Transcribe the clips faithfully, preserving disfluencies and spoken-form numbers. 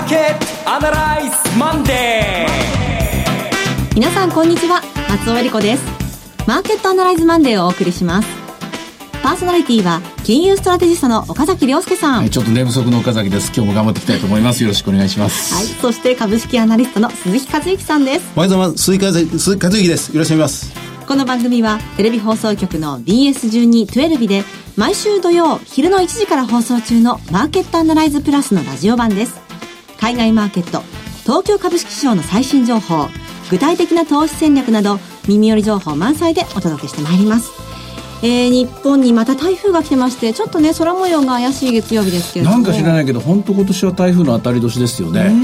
ーケットアナライズマンデー。 皆さんこんにちは、松尾恵理子です。マーケットアナライズマンデーをお送りします。パーソナリティは金融ストラテジストの岡崎亮介さん、 はい、ちょっと寝不足の岡崎です。今日も頑張っていきたいと思います。よろしくお願いします。 はい、そして株式アナリストの鈴木和之さんです。 おはようございます。鈴木和之です。よろしくお願いします。 この番組はテレビ放送局の ビーエスじゅうにじゅうに で毎週土曜昼のいちじから放送中のマーケットアナライズプラスのラジオ版です。海外マーケット、東京株式市場の最新情報、具体的な投資戦略など耳寄り情報満載でお届けしてまいります。えー、日本にまた台風が来てまして、ちょっとね空模様が怪しい月曜日ですけれども、 なんか知らないけど本当今年は台風の当たり年ですよね。うん、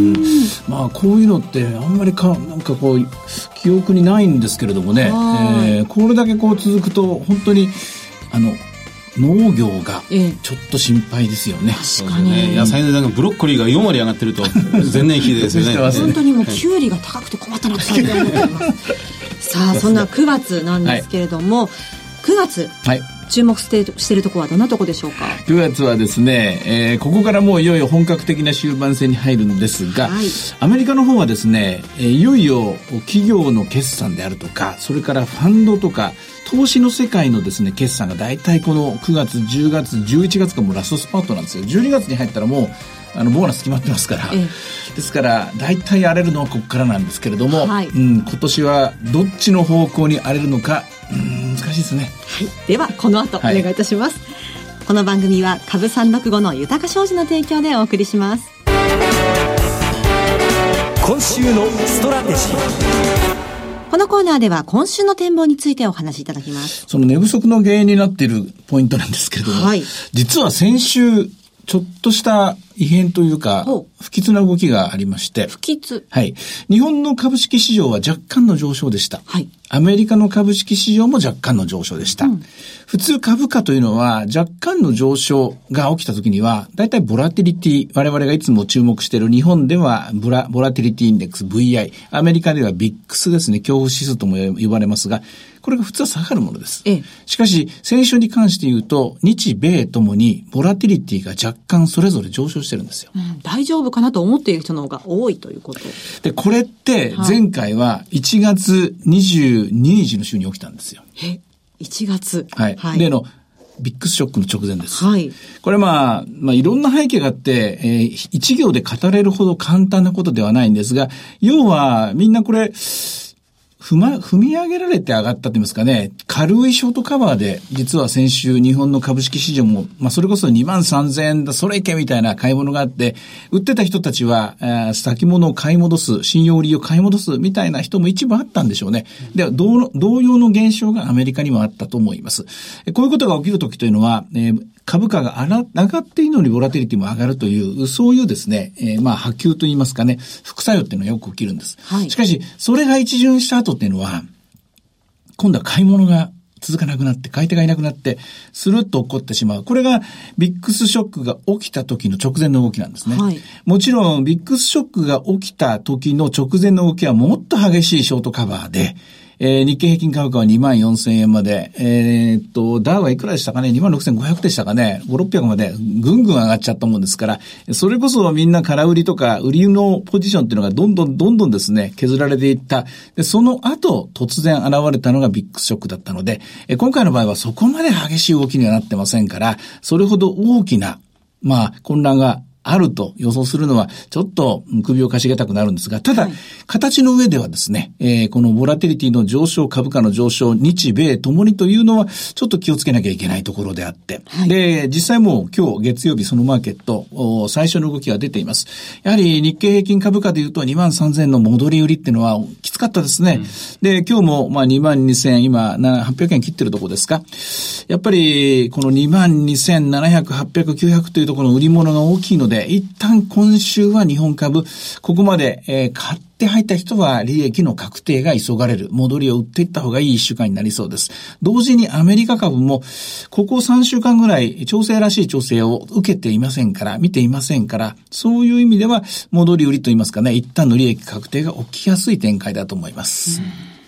まあこういうのってあんまりかなんかこう記憶にないんですけれどもね、えー、これだけこう続くと本当にあの農業がちょっと心配ですよね。 ええ、確かに、ね、 野菜のなんかブロッコリーがよん割上がってると前年比ですよね。 本当にもうキュウリが高くて困ったなって感じが思っていますさあそんなくがつなんですけれども、はい、くがつ、はい、注目してしているところはどんなところでしょうか。 くがつはですね、えー、ここからもういよいよ本格的な終盤戦に入るんですが、はい、アメリカの方はですね、えー、いよいよ企業の決算であるとか、それからファンドとか投資の世界のですね決算が大体このくがつじゅうがつじゅういちがつがもうラストスパートなんですよ。じゅうにがつに入ったらもうあのボーナス決まってますから、ええ、ですから大体荒れるのはここからなんですけれども、はい、うん、今年はどっちの方向に荒れるのか、うん、難しいですね。 はい、ではこの後お願いいたします。はい、この番組は株さんろくごの豊か商事の提供でお送りします。 今週のストラテジー。 このコーナーでは今週の展望についてお話しいただきます。 その寝不足の原因になっているポイントなんですけれども、はい、実は先週ちょっとした異変というか不吉な動きがありまして、 不吉、 はい、日本の株式市場は若干の上昇でした。はい、アメリカの株式市場も若干の上昇でした。うん、普通株価というのは若干の上昇が起きたときにはだいたいボラティリティ、我々がいつも注目している日本ではボラ、ボラティリティインデックス ブイアイ、 アメリカではビックスですね、恐怖指数とも呼ばれますが、これが普通は下がるものです。ええ、しかし先週に関して言うと日米ともにボラティリティが若干それぞれ上昇してるんですよ。 うん、大丈夫かなと思っている人の方が多いということ。 で、これって前回はいちがつにじゅうににちの週に起きたんですよ。 え、いちがつ、 はい、はい、例のビックスショックの直前です。 はい。これまあ、まあいろんな背景があって、えー、一行で語れるほど簡単なことではないんですが、要はみんなこれ、踏ま、踏み上げられて上がったと言いますかね、軽いショートカバーで、実は先週日本の株式市場も、まあそれこそにまんさんぜんえんだ、それいけみたいな買い物があって、売ってた人たちは、えー、先物を買い戻す、信用売りを買い戻すみたいな人も一部あったんでしょうね。では、同、同様の現象がアメリカにもあったと思います。こういうことが起きるときというのは、えー株価が上がっているのにボラティリティも上がるという、そういうですね、えー、まあ波及といいますかね、副作用っていうのがよく起きるんです。はい、しかし、それが一巡した後っていうのは、今度は買い物が続かなくなって、買い手がいなくなって、スルッと起こってしまう。これがビックスショックが起きた時の直前の動きなんですね。はい、もちろん、ビックスショックが起きた時の直前の動きはもっと激しいショートカバーで、えー、日経平均株価はにまんよんせんえんまで、えー、っと、ダウはいくらでしたかね ?にまんろくせんごひゃく でしたかね ?ごせんろっぴゃく までぐんぐん上がっちゃったもんですから、それこそみんな空売りとか売りのポジションっていうのがどんどんどんどんですね、削られていった。で、その後、突然現れたのがビックスショックだったので、え今回の場合はそこまで激しい動きにはなってませんから、それほど大きな、まあ、混乱があると予想するのはちょっと首をかしげたくなるんですが、ただ、はい、形の上ではですね、えー、このボラティリティの上昇、株価の上昇、日米ともにというのはちょっと気をつけなきゃいけないところであって、はい、で、実際もう今日月曜日そのマーケット、最初の動きが出ています。やはり日経平均株価でいうとにまんさんぜんえんの戻り売りっていうのはきつかったですね。うん、で、今日もまあにまんにせんえん、今はっぴゃくえん切ってるところですか。やっぱりこのにまんにせんななひゃく、はっぴゃく、きゅうひゃくというところの売り物が大きいので、一旦今週は日本株、ここまで、えー、買って入った人は利益の確定が急がれる。戻りを売っていった方がいい一週間になりそうです。同時にアメリカ株も、ここさんしゅうかんぐらい調整らしい調整を受けていませんから、見ていませんから、そういう意味では戻り売りといいますかね、一旦の利益確定が起きやすい展開だと思います。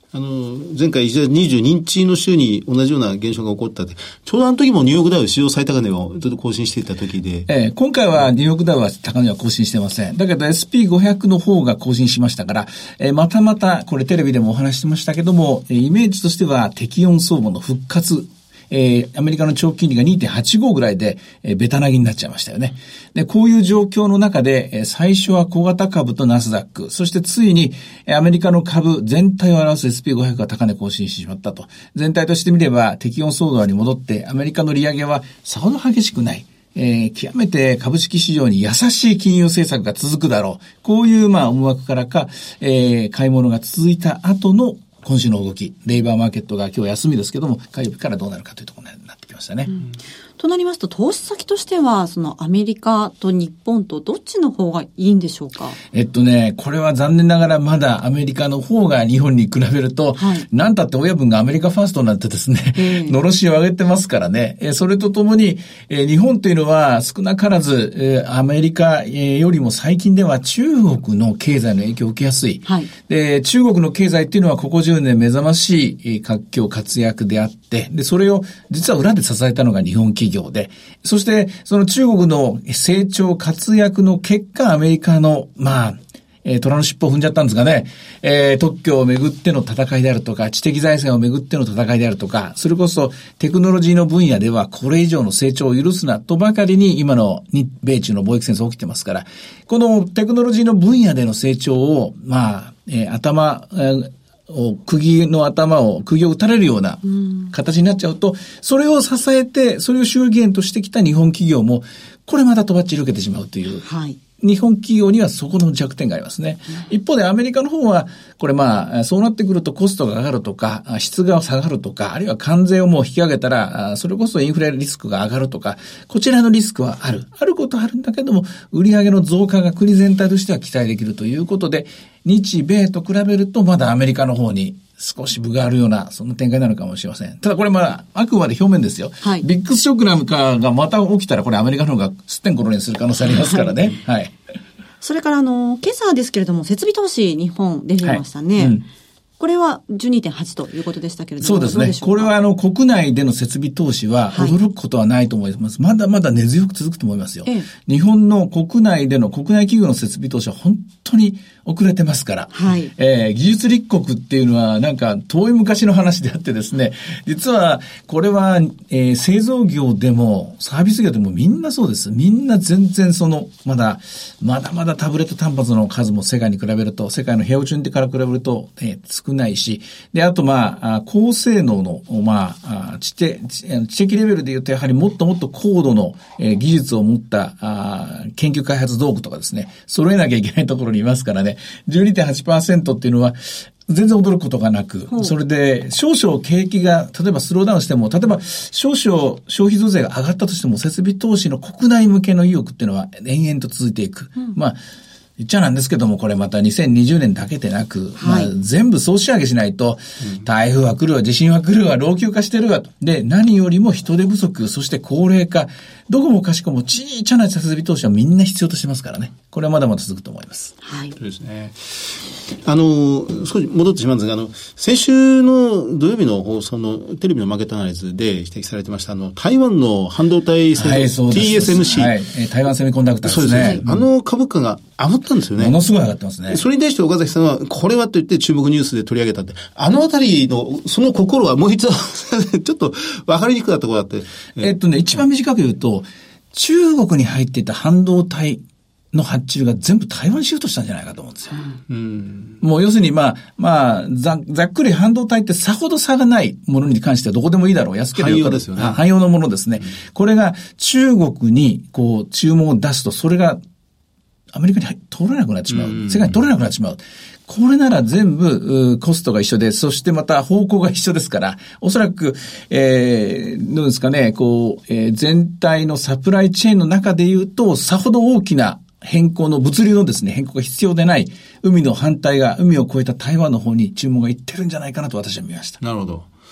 あの、前回いちがつにじゅうににちの週に同じような現象が起こったって、ちょうどあの時もニューヨークダウ史上最高値をずっと更新していた時で。 ええ、今回はニューヨークダウは高値は更新してません。だけど エスピーごひゃく の方が更新しましたから、えー、またまた、これテレビでもお話ししてましたけども、イメージとしては適温相場の復活。えー、アメリカの長期金利が にてんはちご ぐらいで、えー、ベタなぎになっちゃいましたよね。で、こういう状況の中で、えー、最初は小型株とナスダック、そしてついに、えー、アメリカの株全体を表す エスピーごひゃく が高値更新してしまったと。全体としてみれば適温相場に戻って、アメリカの利上げはさほど激しくない。えー、極めて株式市場に優しい金融政策が続くだろう。こういう、まあ、思惑からか、えー、買い物が続いた後の今週の動き、レイバーマーケットが今日休みですけども、火曜日からどうなるかというところになってきましたね。うん、 となりますと、投資先としては、そのアメリカと日本とどっちの方がいいんでしょうか？ えっとね、これは残念ながらまだアメリカの方が日本に比べると、はい、なんたって親分がアメリカファーストになってですね、えー、のろしを上げてますからね。えー、それとともに、えー、日本というのは少なからず、えー、アメリカ、えー、よりも最近では中国の経済の影響を受けやすい。はい、で、中国の経済っていうのはここじゅうねん目覚ましい、えー、活況活躍であって、で、それを実は裏で支えたのが日本企業で、そして、その中国の成長活躍の結果、アメリカの、まあ、えー、虎の尻尾を踏んじゃったんですがね、えー、特許をめぐっての戦いであるとか、知的財産をめぐっての戦いであるとか、それこそテクノロジーの分野ではこれ以上の成長を許すなとばかりに今の日米中の貿易戦争起きてますから、このテクノロジーの分野での成長を、まあ、えー、頭、えー釘の頭を、釘を打たれるような形になっちゃうと、それを支えて、それを収益源としてきた日本企業も、これまたとばっちり受けてしまうという。はい。日本企業にはそこの弱点がありますね。一方でアメリカの方は、これまあ、そうなってくるとコストが上がるとか、質が下がるとか、あるいは関税をもう引き上げたら、それこそインフレリスクが上がるとか、こちらのリスクはある。あることはあるんだけども、売上の増加が国全体としては期待できるということで、日米と比べるとまだアメリカの方に少し分があるような、そんな展開なのかもしれません。ただこれまあ、あくまで表面ですよ。はい。ビッグショックなんかがまた起きたら、これアメリカの方がすってんころにする可能性ありますからね。はい。はいそれからあの、今朝ですけれども、設備投資日本出てましたね。はいうんこれは じゅうにてんはち ということでしたけれども。 そうですね。これはあの国内での設備投資は驚くことはないと思います。はい、まだまだ根強く続くと思いますよ、ええ。日本の国内での国内企業の設備投資は本当に遅れてますから。はい。えー、技術立国っていうのはなんか遠い昔の話であってですね。実はこれは、えー、製造業でもサービス業でもみんなそうです。みんな全然そのまだまだまだタブレット端末の数も世界に比べると世界の平均から比べると、えー少ないし、で、あとまあ、高性能の、まあ、知的、知的レベルで言うとやはりもっともっと高度の、えー、技術を持ったあ研究開発道具とかですね、揃えなきゃいけないところにいますからね、じゅうにてんはちパーセント っていうのは、全然驚くことがなく、それで少々景気が、例えばスローダウンしても、例えば少々消費増税が上がったとしても、設備投資の国内向けの意欲っていうのは延々と続いていく。うん、まあ、言っちゃなんですけども、これまたにせんにじゅうねんだけでなく、はい、まあ、全部総仕上げしないと、うん、台風は来るわ、地震は来るわ、老朽化してるわと。で、何よりも人手不足、そして高齢化、どこもかしこも小さな設備投資はみんな必要としてますからね。これはまだまだ続くと思います。 はい。そうですね。あの、少し戻ってしまうんですが、あの、先週の土曜日の放送のテレビのマーケットアナリズで指摘されてました、あの、台湾の半導体製造、はい、そうです ティーエスエムシー。 はい。台湾セミコンダクターですね。 そうですね。あの株価が上がったんですよね。 ものすごい上がってますね。 それに対して岡崎さんは、これはと言って注目ニュースで取り上げたって、あのあたりの、その心はもう一度、ちょっと分かりにくかったところだって。 えっとね、一番短く言うと、中国に入っていた半導体の発注が全部台湾シフトしたんじゃないかと思うんですよ。うん、もう要するにまあ、まあざ、ざっくり半導体ってさほど差がないものに関してはどこでもいいだろう。安ければよかった。汎用ですよね。汎用のものですね。うん、これが中国にこう注文を出すと、それがアメリカに取れなくなってしまう。世界に取れなくなってしまう。これなら全部コストが一緒で、そしてまた方向が一緒ですから、おそらく、えー、どうですかね、こう、えー、全体のサプライチェーンの中で言うと、さほど大きな変更の物流のですね、変更が必要でない、海の反対が、海を越えた台湾の方に注文がいってるんじゃないかなと私は見ました。 なるほど。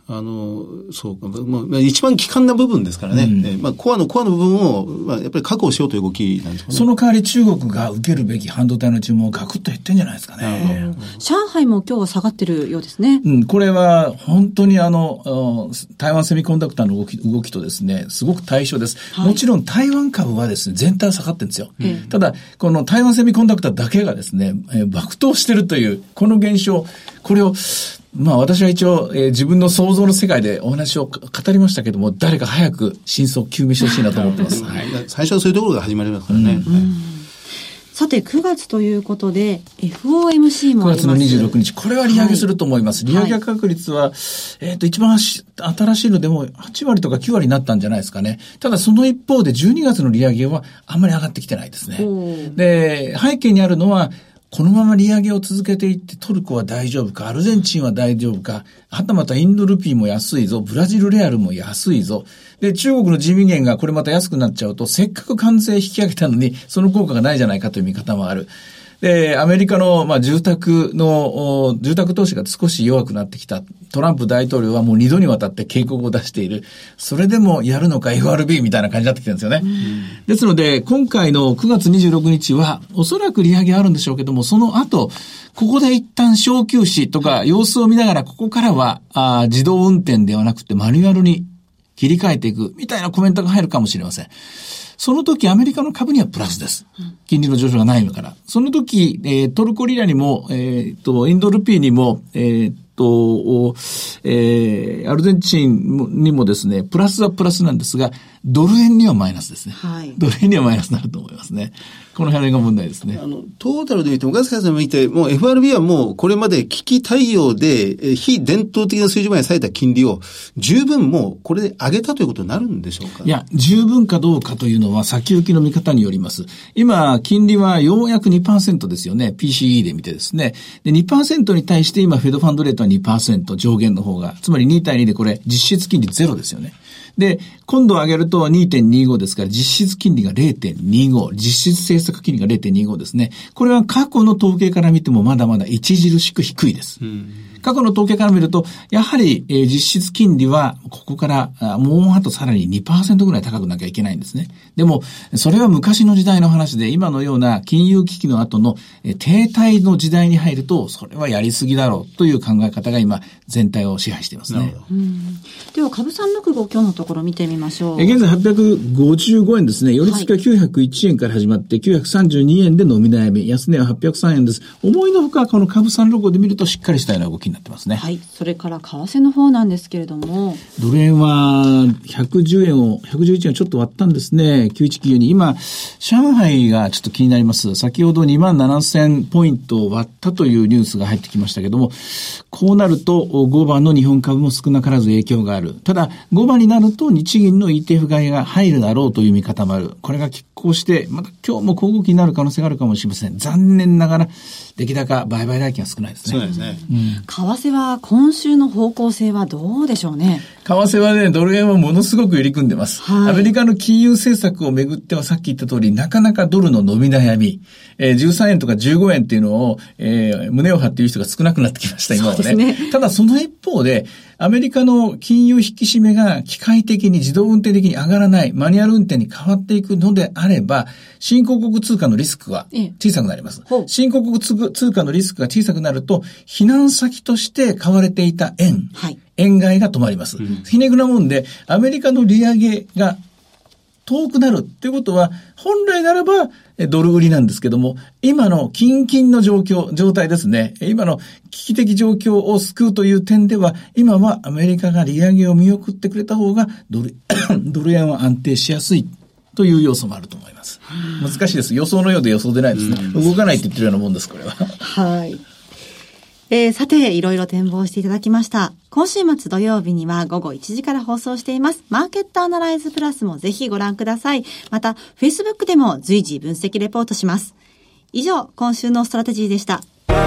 あの、そうか、まあ、一番基幹な部分ですからね。うん、まあ、コアのコアの部分を、まあ、やっぱり確保しようという動きなんですかね。 その代わり中国が受けるべき半導体の注文がガクッと減ってんじゃないですかね。 上海も今日は下がってるようですね。 うん、これは本当にあの、台湾セミコンダクターの動き、動きとですね、すごく対象です。はい、もちろん台湾株はですね、全体は下がってるんですよ。うん、ただ、この台湾セミコンダクターだけがですね、えー、爆投してるという、この現象、これを、まあ私は一応、えー、自分の想像の世界でお話を語りましたけども、誰か早く真相を究明してほしいなと思ってます。はい、 最初はそういうところが始まりますからね。うんうん、 さてくがつということで エフオーエムシー もあります。 くがつのにじゅうろくにち、これは利上げすると思います。はい、利上げ確率は、えっと、一番新しいのでもはちわりとかきゅうわりになったんじゃないですかね。ただその一方でじゅうにがつの利上げはあんまり上がってきてないですね。で、背景にあるのは、このまま利上げを続けていってトルコは大丈夫か、アルゼンチンは大丈夫か、はたまたインドルピーも安いぞ、ブラジルレアルも安いぞ。で、中国の人民元がこれまた安くなっちゃうと、せっかく関税引き上げたのに、その効果がないじゃないかという見方もある。で、アメリカの、まあ、住宅の、住宅投資が少し弱くなってきた。トランプ大統領はもう二度にわたって警告を出している。それでもやるのか エフアールビー みたいな感じになってきてるんですよね。ですので、今回のくがつにじゅうろくにちは、おそらく利上げあるんでしょうけども、その後、ここで一旦小休止とか様子を見ながら、ここからは、あ自動運転ではなくてマニュアルに切り替えていくみたいなコメントが入るかもしれません。その時アメリカの株にはプラスです。金利の上昇がないから。その時、えー、トルコリラにも、えー、と、インドルピーにも、えー、と、えー、アルゼンチンにもですね、プラスはプラスなんですが、ドル円にはマイナスですね。はい。ドル円にはマイナスになると思いますね。この辺が問題ですね。 あの、トータルで見ても、ガスカさんも見て、もう エフアールビー はもうこれまで危機対応で、非伝統的な水準まで下げた金利を十分もうこれで上げたということになるんでしょうか？ いや、十分かどうかというのは先行きの見方によります。今、金利はようやく にパーセント ですよね。ピーシーイー で見てですね。で、にパーセント に対して今、フェドファンドレートは にパーセント 上限の方が、つまりに対にでこれ実質金利ゼロですよね。で、今度上げると にてんにご ですから、実質金利が れいてんにご、実質政策金利が れいてんにご ですね。これは過去の統計から見てもまだまだ著しく低いです。うん、過去の統計から見ると、やはり、えー、実質金利はここからあもうあとさらに にパーセント ぐらい高くなきゃいけないんですね。でも、それは昔の時代の話で、今のような金融危機の後の、えー、停滞の時代に入ると、それはやりすぎだろうという考え方が今、全体を支配していますね。 うん、では、株さんろくご今日のところ見てみましょう。 現在はっぴゃくごじゅうごえんですね。寄り付きはきゅうひゃくいちえんから始まって、きゅうひゃくさんじゅうにえんで伸び悩み。安値ははっぴゃくさんえんです。思いのほか、この株さんろくごで見るとしっかりしたような動きになってますね。 はい。それから為替の方なんですけれども。 ドル円はひゃくじゅうえんを、ひゃくじゅういちえんをちょっと割ったんですね。きゅういちきゅうに。今、上海がちょっと気になります。先ほどにまんななせんポイントを割ったというニュースが入ってきましたけども、こうなるとごばんの日本株も少なからず影響がある。ただ、ごばんになると日銀の イーティーエフ 買いが入るだろうという見方もある。これが拮抗して、また今日も小動きになる可能性があるかもしれません。残念ながら、出来高、売買代金が少ないですね。 そうですね。 うん、為替は今週の方向性はどうでしょうね。 為替はね、ドル円はものすごく入り組んでます。はい、アメリカの金融政策をめぐってはさっき言った通り、なかなかドルの伸び悩み、えー、じゅうさんえんとかじゅうごえんっていうのを、えー、胸を張っている人が少なくなってきました、今はね。そうですね。ただその一方で、アメリカの金融引き締めが機械的に自動運転的に上がらない、マニュアル運転に変わっていくのであれば、新興国通貨のリスクは小さくなります。ええ、新興国通貨のリスクが小さくなると、避難先として買われていた円、はい、円買いが止まります。うん、ひねくなもんで、アメリカの利上げが遠くなるっていうことは、本来ならばドル売りなんですけども、今のキンキンの状況、状態ですね。今の危機的状況を救うという点では、今はアメリカが利上げを見送ってくれた方がドル、ドル円は安定しやすいという要素もあると思います。難しいです。予想のようで予想でないですね。動かないって言ってるようなもんです、これは。 はい。えー、さて、いろいろ展望していただきました。今週末土曜日には午後いちじから放送しています。マーケットアナライズプラスもぜひご覧ください。また、Facebook でも随時分析レポートします。以上、今週のストラテジーでした。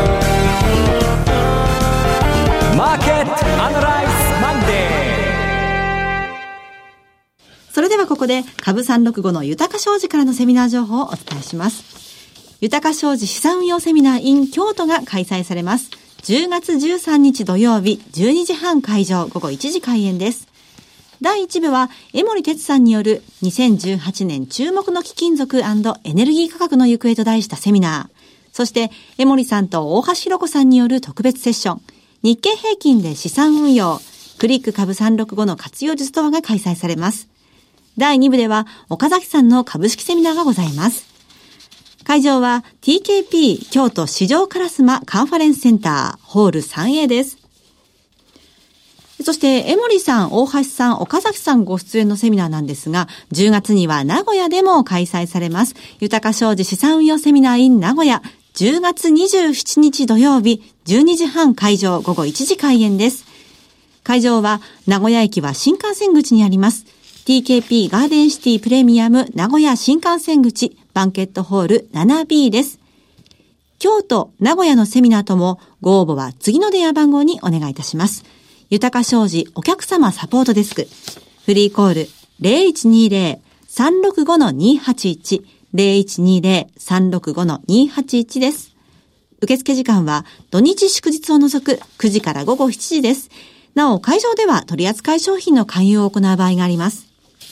マーケットアナライズマンデー。 それではここで、株さんろくごの豊か商事からのセミナー情報をお伝えします。豊か商事資産運用セミナー in 京都が開催されます。 じゅうがつじゅうさんにち土曜日じゅうにじはん会場、午後いちじ開演です。だいいち部は江守哲さんによるにせんじゅうはちねん注目の貴金属&エネルギー価格の行方と題したセミナー。そして江守さんと大橋弘子さんによる特別セッション、日経平均で資産運用、クリック株さんろくごの活用術とはが開催されます。だいに部では岡崎さんの株式セミナーがございます。会場は ティーケーピー 京都市場烏丸カンファレンスセンターホール スリーエー です。そして江守さん、大橋さん、岡崎さんご出演のセミナーなんですが、じゅうがつには名古屋でも開催されます。豊か商事資産運用セミナー in 名古屋、じゅうがつにじゅうしちにち土曜日じゅうにじはん会場、午後いちじ開演です。会場は名古屋駅は新幹線口にあります ティーケーピー ガーデンシティプレミアム名古屋新幹線口バンケットホール ななビー です。京都、名古屋のセミナーともご応募は次の電話番号にお願いいたします。豊か商事お客様サポートデスク。フリーコール ゼロいちにゼロ さんろくごのにはちいち ゼロいちにゼロ さんろくごのにはちいち です。受付時間は土日祝日を除くくじから午後しちじです。なお、会場では取扱商品の勧誘を行う場合があります。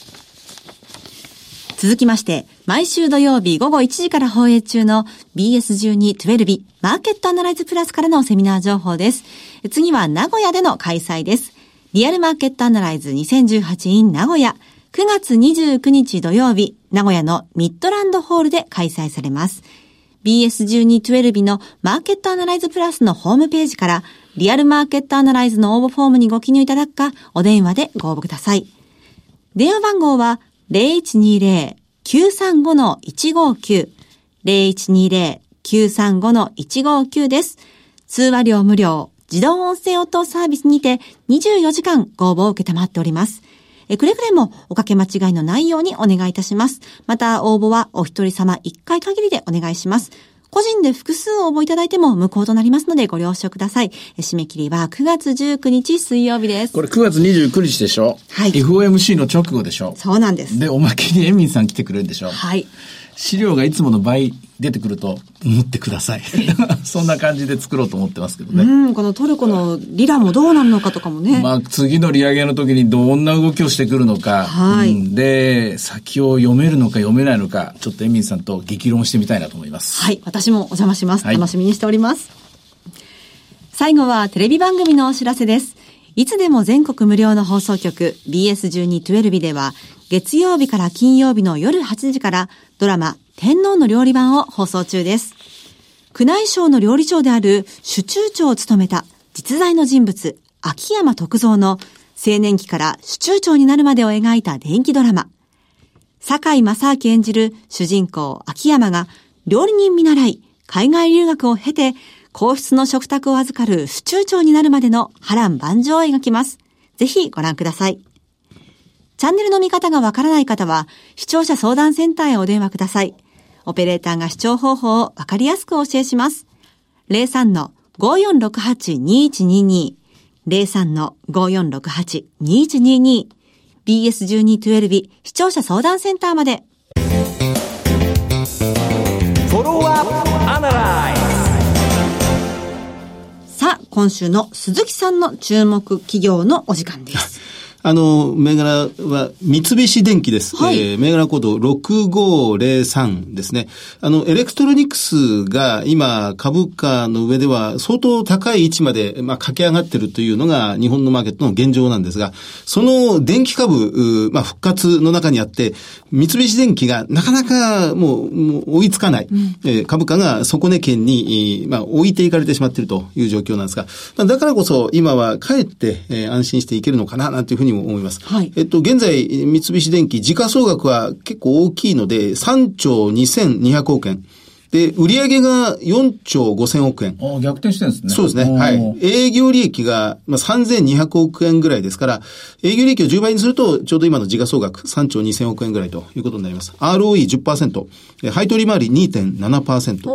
続きまして、毎週土曜日午後いちじから放映中の ビーエスじゅうに じゅうに マーケットアナライズプラスからのセミナー情報です。次は名古屋での開催です。リアルマーケットアナライズにせんじゅうはち in 名古屋、くがつにじゅうくにち土曜日、名古屋のミッドランドホールで開催されます。ビーエスじゅうに じゅうに のマーケットアナライズプラスのホームページからリアルマーケットアナライズの応募フォームにご記入いただくか、お電話でご応募ください。電話番号は ゼロいちにゼロ きゅうさんごのいちごきゅう ゼロいちにゼロ きゅうさんごのいちごきゅう です。通話料無料、自動音声応答サービスにてにじゅうよじかんご応募を受けたまっております。えくれぐれもおかけ間違いのないようにお願いいたします。また応募はお一人様いっかい限りでお願いします。個人で複数応募いただいても無効となりますのでご了承ください。締め切りはくがつじゅうくにち水曜日です。 これくがつにじゅうくにちでしょ。はい。エフオーエムシー の直後でしょ。 そうなんです。 で、おまけにエミンさん来てくれるんでしょ。 はい。 資料がいつもの倍出てくると思ってください。そんな感じで作ろうと思ってますけどね。 うん、このトルコのリラもどうなるのかとかもね。 まあ次の利上げの時にどんな動きをしてくるのか。 はい、うん。 で、先を読めるのか読めないのか、ちょっとエミンさんと激論してみたいなと思います。 はい。私もお邪魔します。はい、楽しみにしております。最後はテレビ番組のお知らせです。いつでも全国無料の放送局 ビーエスじゅうに じゅうに では月曜日から金曜日の夜はちじからドラマ天皇の料理番を放送中です。宮内省の料理長である主厨長を務めた実在の人物秋山徳蔵の青年期から主厨長になるまでを描いた伝記ドラマ。堺正明演じる主人公秋山が料理人見習い海外留学を経て皇室の食卓を預かる主厨長になるまでの波乱万丈を描きます。ぜひご覧ください。チャンネルの見方がわからない方は視聴者相談センターへお電話ください。オペレーターが視聴方法をわかりやすくお教えします。ゼロさんのごよんろくはちにいちにに ゼロさんのごよんろくはちにいちにに ビーエスじゅうに じゅうに 視聴者相談センターまで。 フォローアップアナライズ。 さあ、今週の鈴木さんの注目企業のお時間です。 あの、銘柄は三菱電機です。 はい、 えー、銘柄コードろくごゼロさんですね。あの、エレクトロニクスが今株価の上では相当高い位置まで、まあ、駆け上がっているというのが日本のマーケットの現状なんですが、その電気株、まあ、復活の中にあって、三菱電機がなかなかもう、もう追いつかない、うんえー、株価が底値圏に、まあ、置いていかれてしまっているという状況なんですが、だからこそ今はかえって、えー、安心していけるのかな、なんていうふうに思います。 はい。 えっと、現在、三菱電機、時価総額は結構大きいので、さんちょうにせんにひゃくおくえん。で、売上がよんちょうごせんおくえん。 ああ、逆転してるんですね。 そうですね。はい。営業利益が、まあ、さんぜんにひゃくおくえんぐらいですから、営業利益をじゅうばいにすると、ちょうど今の時価総額さんちょうにせんおくえんぐらいということになります。アールオーイーじゅっパーセント。配当利回り にてんななパーセント。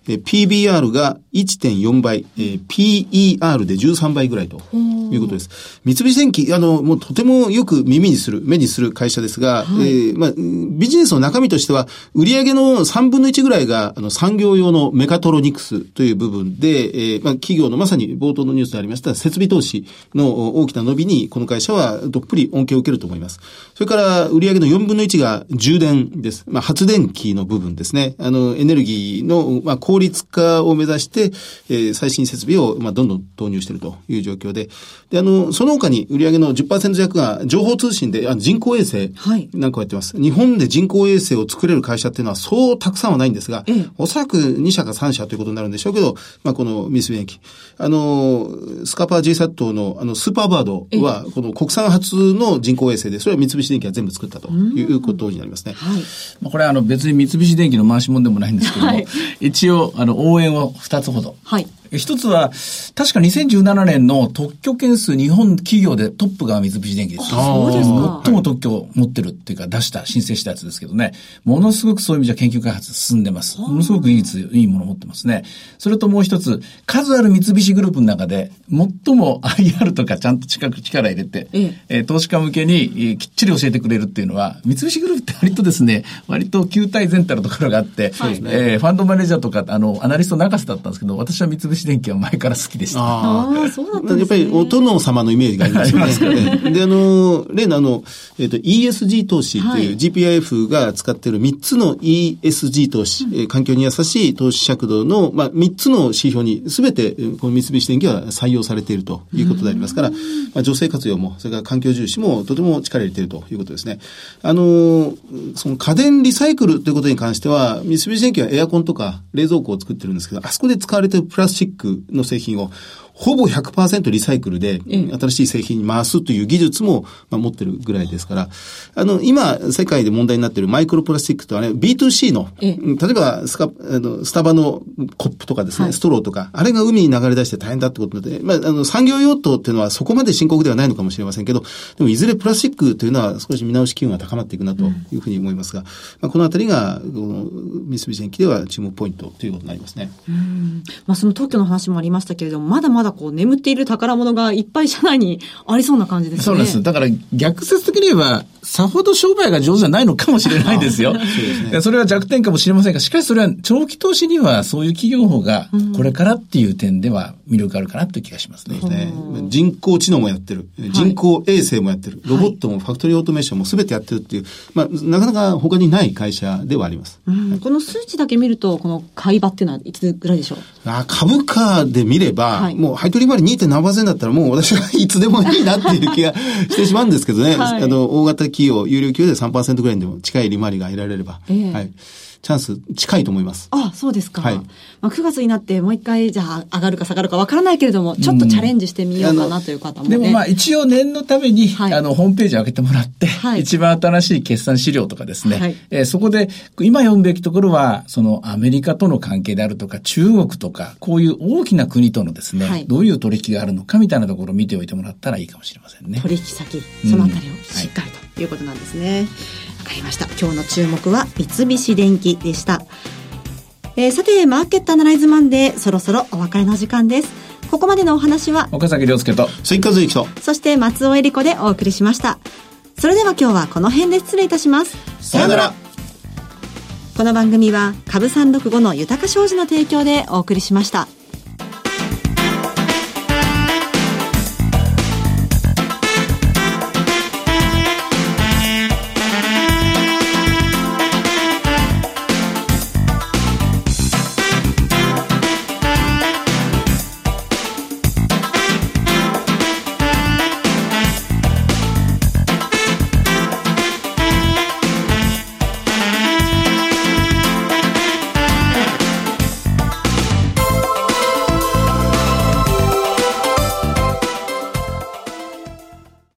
え ピービーアール が いってんよんばい、えー、ピーイーアール でじゅうさんばいぐらいということです。三菱電機、あの、もうとてもよく耳にする、目にする会社ですが、はい、えー、まあ、ビジネスの中身としては、売上のさんぶんのいちぐらいが、あの、産業用のメカトロニクスという部分で、えー、まあ、企業のまさに冒頭のニュースでありました設備投資の大きな伸びに、この会社はどっぷり恩恵を受けると思います。それから、売上のよんぶんのいちが充電です。まあ、発電機の部分ですね。あの、エネルギーの、まあ、効率化を目指して、えー、最新設備を、まあ、どんどん導入しているという状況で、で、あの、その他に売上の じゅっパーセント 弱が情報通信で、あ人工衛星なんかをやってます。はい、日本で人工衛星を作れる会社っていうのはそうたくさんはないんですが、ええ、おそらくにしゃかさんしゃということになるんでしょうけど、まあ、この三菱電機。あの、スカパー ジェイサット のあの、スーパーバードは、この国産初の人工衛星で、それは三菱電機が全部作ったということになりますね。はい。 まあ、これはあの、別に三菱電機の回し物でもないんですけども、はい、一応、あの、応援をふたつほど。はい。一つは、確かにせんじゅうななねんの特許件数日本企業でトップが三菱電機です。 そうですか。 最も特許を持ってるっていうか出した、申請したやつですけどね。ものすごくそういう意味じゃ研究開発進んでます。ものすごく技術、いいものを持ってますね。それともう一つ、数ある三菱グループの中で、最も アイアール とかちゃんと近く力入れて、えええー、投資家向けに、えー、きっちり教えてくれるっていうのは、三菱グループって割とですね、割と球体全体のところがあって、はい、えー、ファンドマネージャーとか、あの、アナリスト泣かせだったんですけど、私は三菱電機は前から好きでした。 ああ、そうだったんですね。 やっぱりお殿様のイメージがありますよね。ますねで、あの、例のあの、えっと、イーエスジー 投資という ジーピーアイエフ が使っているみっつの イーエスジー 投資、うん、環境に優しい投資尺度の、まあ、みっつの指標にすべて、この三菱電機は採用されているということでありますから、まあ、女性活用も、それから環境重視もとても力入れているということですね。あの、その家電リサイクルということに関しては、三菱電機はエアコンとか冷蔵庫を作ってるんですけど、あそこで使われているプラスチックの製品をほぼ ひゃくパーセント リサイクルで新しい製品に回すという技術も持ってるぐらいですから、あの、今世界で問題になっているマイクロプラスチックとはね、ビーツーシー の、例えばスカ、あの、スタバのコップとかですね、はい、ストローとか、あれが海に流れ出して大変だってことで、まあ、あの、産業用途っていうのはそこまで深刻ではないのかもしれませんけど、でもいずれプラスチックというのは少し見直し機運が高まっていくなというふうに思いますが、うん、まあ、このあたりが、この三菱電機では注目ポイントということになりますね。 うん。まあ、その特許の話もありましたけれども、まだまだこう眠っている宝物がいっぱい社内にありそうな感じですね。 そうです。だから逆説的に言えば、さほど商売が上手じゃないのかもしれないですよ。そうですね。それは弱点かもしれませんが、しかしそれは長期投資にはそういう企業の方がこれからっていう点では魅力あるかなという気がしますね。 そうですね。人工知能もやってる。人工衛星もやってる。ロボットもファクトリーオートメーションも全てやってるっていう、まあ、なかなか他にない会社ではあります。 うん、この数値だけ見ると、この買い場っていうのはいつぐらいでしょう？ あ、株価で見れば、はい、もう配当利回り にてんななパーセント だったらもう私はいつでもいいなっていう気がしてしまうんですけどね。はい、あの、大型企業、有料企業で さんパーセント ぐらいでも近い利回りが得られれば、えー、はい。チャンス近いと思います。 あ、そうですか。はい。まあ、くがつになってもう一回じゃあ上がるか下がるかわからないけれども、ちょっとチャレンジしてみようかなという方もね。 でもまあ一応念のために、はい、あのホームページを開けてもらって、はい、一番新しい決算資料とかですね、はい、えー、そこで今読むべきところはそのアメリカとの関係であるとか中国とかこういう大きな国とのですね、はい、どういう取引があるのかみたいなところを見ておいてもらったらいいかもしれませんね。 取引先、そのあたりをしっかりということなんですね。わかりました。今日の注目は三菱電機でした。えー、さてマーケットアナライズマンデー、そろそろお別れの時間です。ここまでのお話は岡崎亮介と関和之と、 そして松尾恵理子でお送りしました。それでは今日はこの辺で失礼いたします。 さよなら。 この番組は株さんろくごの豊か商事の提供でお送りしました。